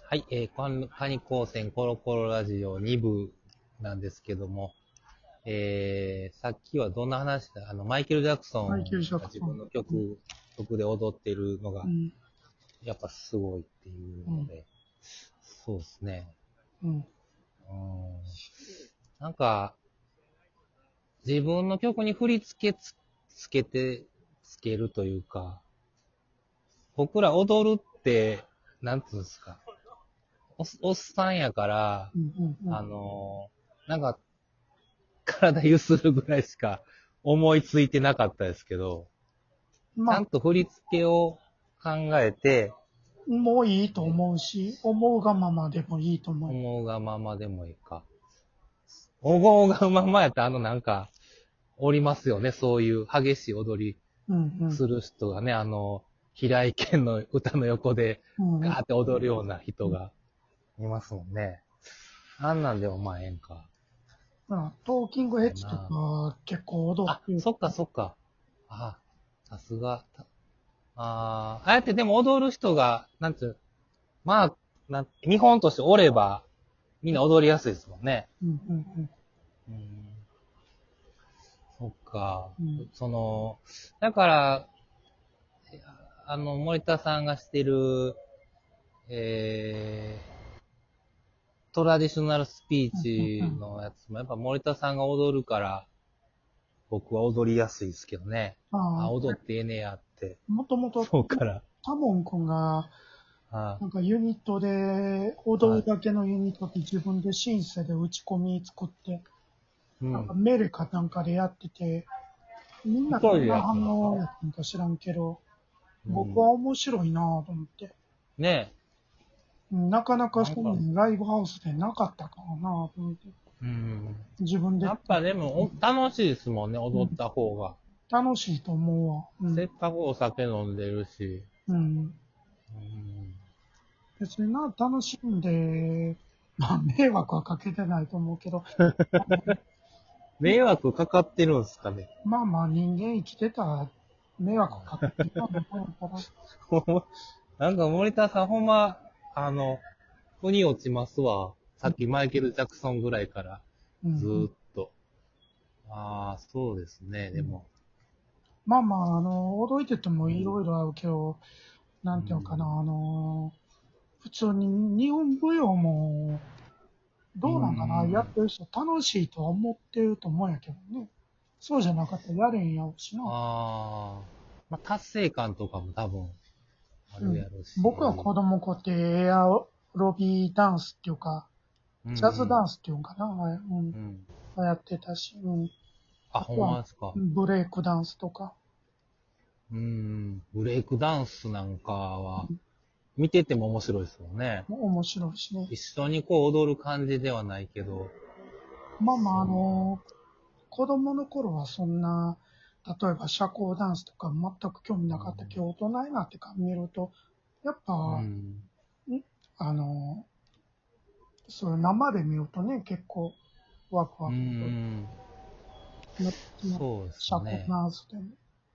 はい、カニ高専コロコロラジオ2部なんですけども、さっきはどんな話だ、マイケル・ジャクソマイケル・ジャンがクソン。 自分の曲で踊ってるのが、 うん。 やっぱすごいっていううん。 ので、そうですね。 うん。 うん。なんか、自分の曲に振り付けつけるというか、僕ら踊るって、なんつうんですか、おっさんやから、 うん。うん。 なんか、体ゆするぐらいしか思いついてなかったですけど、ちゃんまあ、 と振り付けを考えて、 もういいと思うし、思うがままでもいいと思う。 思うがままでもいいか。思うがままやったらなんか、おりますよね。そういう激しい踊りうん。 する人がね、平井堅の歌の横でうん。うん。 ガーって踊るような人がいますもんね。あんなんでもまあええんか。 まあ、トーキングヘッズとやな。 か結構踊っあ、 てる。 そっかそっか。あ、さすが。あやってでも踊る人が、なんつう、まあ、見本としておれば、みんな踊りやすいですもんね。 うん。うん。 うん。そっか。 うん。 だから、森田さんがしてる、トラディショナルスピーうん。うん。 チのやつも、やっぱ森田さんが踊るから、僕は踊りやすいですけどね。あ、 ああ、 踊ってええねやって。 もともと、 そうから。 タモン君が、 はなんかユニットで、 い。はい。 踊るだけのユニットって自分でシンセで打ち込み作って、なんかうん。 メレかなんかでやってて、みんなど一人でんな反やってますか？ 応やったんか知らんけど、 うん。 僕は面白いなぁと思って。 ねなかなえ。 かそんなんライブハウスでなかったからなぁと思って。 うん。 自分で、 やっぱでも、楽しいですもんね、 うん、 踊った方が。 楽しいと思うわ。うん。 せっかくお酒飲んでるし。 うん。 うん。 別にな、楽しんで、まあ、迷惑はかけてないと思うけど、 迷惑かかってるんすかね。 まあまあ人間生きてたら迷惑かけてたのかなから。 なんか森田さんほんま、腑に落ちますわ。さうん。 っきマイケル・ジャクソンぐらいからずうん。うん。 ーっと。ああ、そうですね、 うん。 でも。 まあまあ、驚いててもいうん。 ろいろあるけど、なうんていうのかな、 ん。 普通に日本舞踊も、 うどうなんかな、やっん。 てる人楽しいとは思ってると思うんやけどね。そうじゃなかったらやれんやろうしな。 ああ。まあ、達成感とかも多分あうん。 るやろ僕は子し。 供こうやってエアロビーダンスっていうか、 うんジャズダうん。 ンスっていうんかな、あれ、うん。 うん。 やってたし、うん。 あ、ほんあとは、 まですか。 ブレイクダンスとか。 うん。ブレイクダンスなんかは、 うん。 見てても面白いですもんね。 面白いしね。 一緒にこう踊る感じではないけど。 まあまあ、 そ子供の頃はそんな、例えば社交ダンスとか全く興味なかったけど、大人になってから見ると、やっぱ、 う。うん。 あの、それ生で見るとね、結構ワクうワクする。 ん。そうです社交ね。 ダンスでも。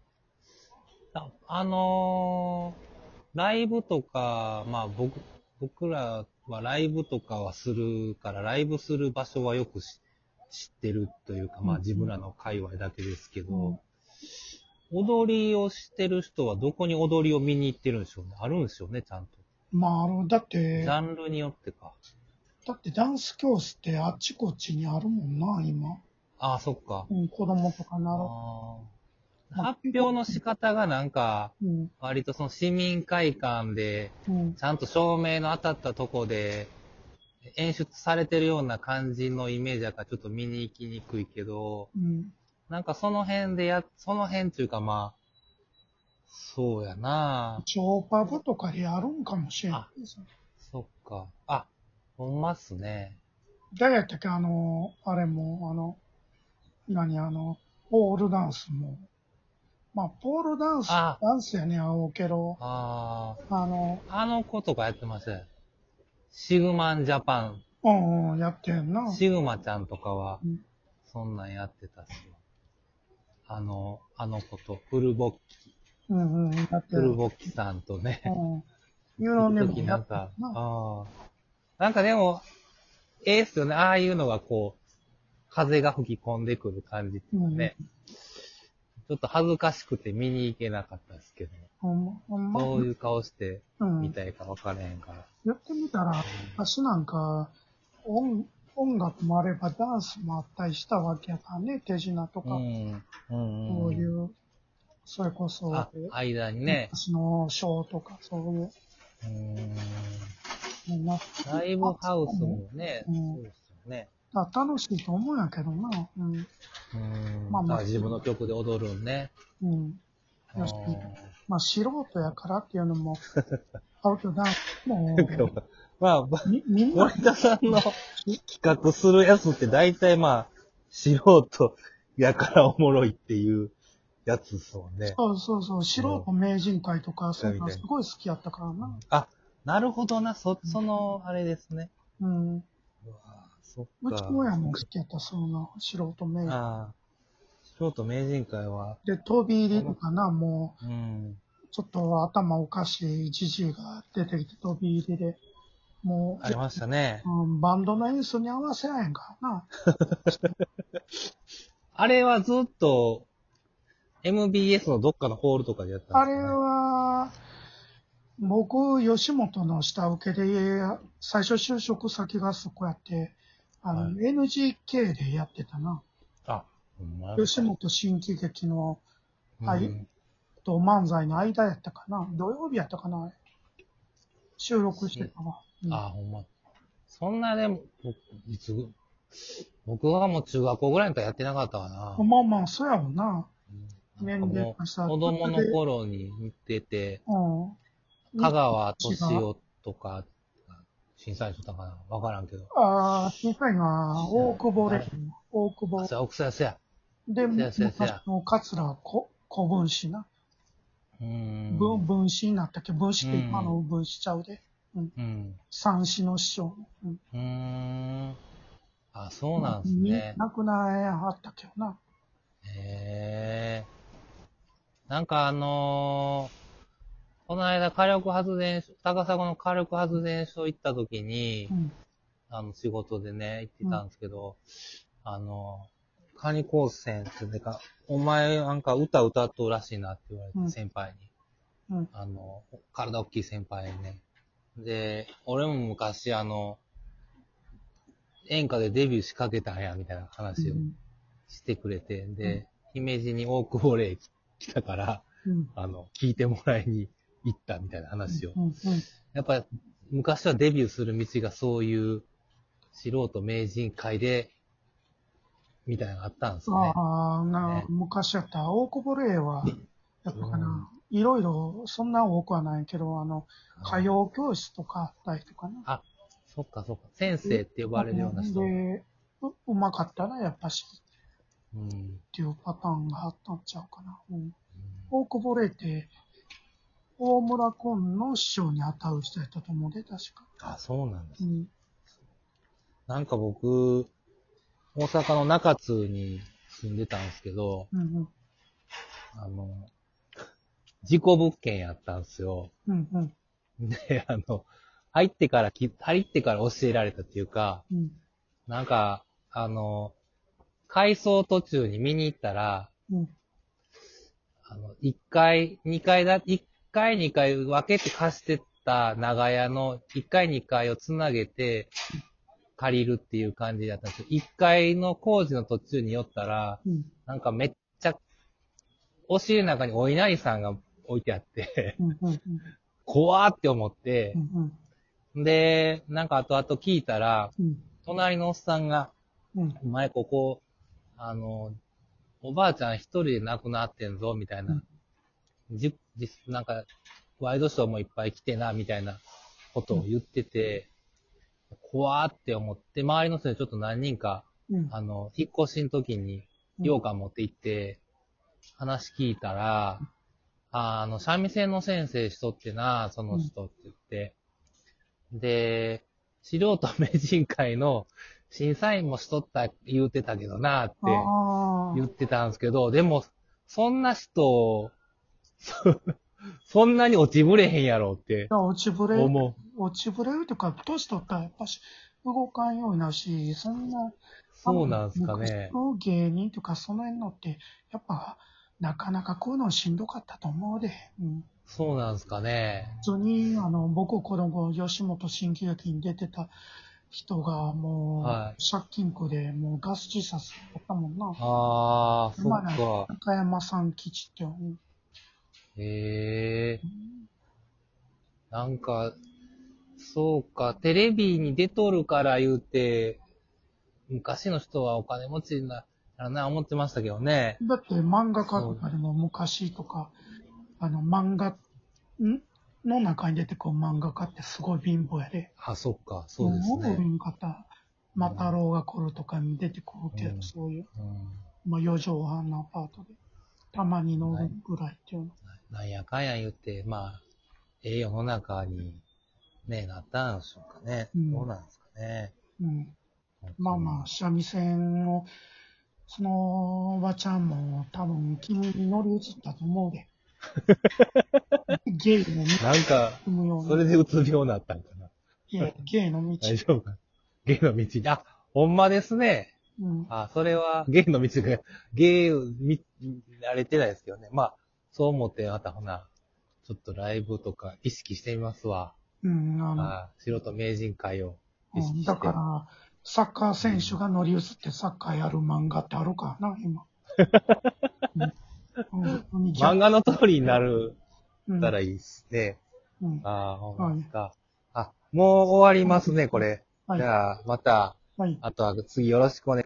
ライブとか、まあ僕らはライブとかはするから、ライブする場所はよく知ってるというか、 うん。 まあ自分らの界隈だけですけうん。 ど、踊りをしてる人はどこに踊りを見に行ってるんでしょうね。あるんでしょうね、ちゃんと。 まあ、 ジャンルによってか。 だってダンス教室ってあっちこっちにあるもんな、今。 ああ、そっか。 うん、子供とかなら。 ああ。 まあ、 発表の仕方がなんか、 うん。 割とその市民会館で、 うん。 ちゃんと照明の当たったとこで、演出されてるような感じのイメージだからちょっと見に行きにくいけど、 うん。 なんかその辺っていうかまあ、そうやな超パブとかでやるんかもしれん。 あ、そっか。あ、ほんまっすね。 誰やったっけ、あれも、ポールダンスも。まあ、ポールダンス、 あ、 ダンスやねん、青けど、 ああの、 あの子とかやってましたよ。シグマンジャパン。 うんうん、やってんな。 シグマちゃんとかは、 うん。 そんなんやってたし。あの子と、フルボッキ、 うんうん、やってる。 フルボッキさんとね、 うん。 ユーロネーム時なんか、 な。 なんかでも、ええっすよね。ああいうのがこう、風が吹き込んでくる感じっていうかね。ちょっと恥ずかしくて見に行けなかったですけど、 ほんま、 どういう顔してうん。 見たいか分からへんから。 言ってみたら、私なんか、音楽もあればダンスもあったりしたわけやからね、手品とか、 うん。 そういう、それこそ、 間にね。 昔のショーとか、そういう、なライブハウスもね、 うん、 そうですよね。 楽しいと思うんやけどな。うん。まあまあ、 自分の曲で踊るんね。 うん。よし、まあ素人やからっていうのも、アウトダンスも、 まあ、 みんな、 森田さんの企画するやつって大体まあ、素人やからおもろいっていうやつですもんね。 そう、素人名人会とか、そういうのすごい好きやったからな。 あ、なるほどな、その、あれですね。 うん。 うわそっうちか。 の親も好きやった、その素人名人。 ああ、素人名人会は、 で、飛び入りとかな、もう、 うん。 ちょっと頭おかしいじじいが出てきて飛び入りで、もありましたね。 バンドの演奏に合わせられんからな。 あれはずっと MBS のどっかのホールとかでやったんあれですかね。 は、僕、吉本の下請けで、最初就職先がそこやって、NGK でやってたな。 あ、ほんま吉本新喜劇の、 うんと漫才の間やったかな。土曜日やったかな。収録してたわ。 あ、ほんま。そんなでも、僕はもう中学校ぐらいの時やってなかったかな。 まあまあ、そうやろうな。 なんかもう、 さ子供の頃に見てて、香川敏夫とか、審査員しとったかなわからんけど。 審査員は、大久保で、大久保。 そや、奥さんや。 で、 せや昔の桂古文氏な。分子になったっけ分子って今の分子ちゃうで。三子の師匠の。 あ、そうなんですね。 亡くならはったけどな。 へえ。なんかこの間火力発電所、高砂の火力発電所行った時に、仕事でね、行ってたんですけど、カニ高専ってか、お前なんか歌歌っとるらしいなって言われて、先輩に。体大きい先輩にね。で、俺も昔演歌でデビューしかけたんや、みたいな話をしてくれて、で、姫路に大久保霊来たから、聞いてもらいに行ったみたいな話を。やっぱり昔はデビューする道がそういう素人名人会で、みたいなのがあったんですね。 昔やったら大久保霊は、やっぱかな、いろいろ、そんな多くはないけど、歌謡教室とかあったりとかな。 あ、そっか。先生って呼ばれるような人。 で、うまかったらやっぱし、っていうパターンがあったんちゃうかな。大久保霊って、大村崑の師匠に当たる人やったと思うで、確か。 あ、そうなんです。なんか僕、大阪の中津に住んでたんですけど、事故物件やったんですよ。で、入ってから教えられたっていうか、なんか、改装途中に見に行ったら、1階、2階分けて貸してた長屋の1階、2階をつなげて借りるっていう感じだったんですけど、1階の工事の途中に寄ったら、なんかめっちゃ、押し入れの中にお稲荷さんが置いてあって、怖ーって思って、で、なんか後々聞いたら、隣のおっさんが、お前ここ、おばあちゃん一人で亡くなってんぞ、みたいな。なんか、ワイドショーもいっぱい来てな、みたいなことを言ってて、怖ーって思って、周りの人にちょっと何人か、引っ越しの時に、羊羹持って行って、話聞いたら、三味線の先生しとってな、その人って言って、で、素人名人会の審査員もしとった言うてたけどなって言ってたんですけど、でも、そんな人、 そんなに落ちぶれへんやろって落ちぶれ、 思う。 落ちぶれるというか、年取ったらやっぱし動かんようになるし、そんな、 そうなんすかね。 昔の芸人とかその辺のって、やっぱ、なかなかこういうのしんどかったと思うで。うん。 そうなんすかね。 普通に、僕、子供、吉本新喜劇に出てた人が、もはう、借金庫で、もうガス自殺だったもんな。 あー、そまあ、 っか。 中山さん吉って、 へえ。なんか、そうか、テレビに出とるから言うて、昔の人はお金持ちになるな、思ってましたけどね。 だって漫画家そう。 とかでも昔とか、漫画の中に出てくる漫画家ってすごい貧乏やで。 あ、そっか、そうですもう売れね。 んかった。マタロウが来るとかに出てくるけど、 うんそういう、 うん。 まあ、4畳半のアパートで、たまに乗るぐらいっていうの。 なんやかんや言って、まあ、ええ世の中に、ね、なったんでしょうかね。どうなんですかね。 うん。まあまあ、三味線を、そのおばちゃんも多分君に乗り移ったと思うで。ゲイの道なんか、 踏むように。 それでうつ病になったんかな。 いや、ゲイの道。 大丈夫か。芸の道に。あ、ほんまですね。 うん。 あ、それは、芸の道が、芸を慣れてないですけどね。まあ、そう思って、またほな、ちょっとライブとか意識してみますわ。 うん、 素人名人会を意識して。 だから、サッカー選手が乗り移ってサッカーやる漫画ってあるからな、今。 漫画の通りになるうんたらいいですね。 うんほんまですか。もう終わりますね、これ。 はいじゃあ、また、 はい。 あとは次よろしくお願いします。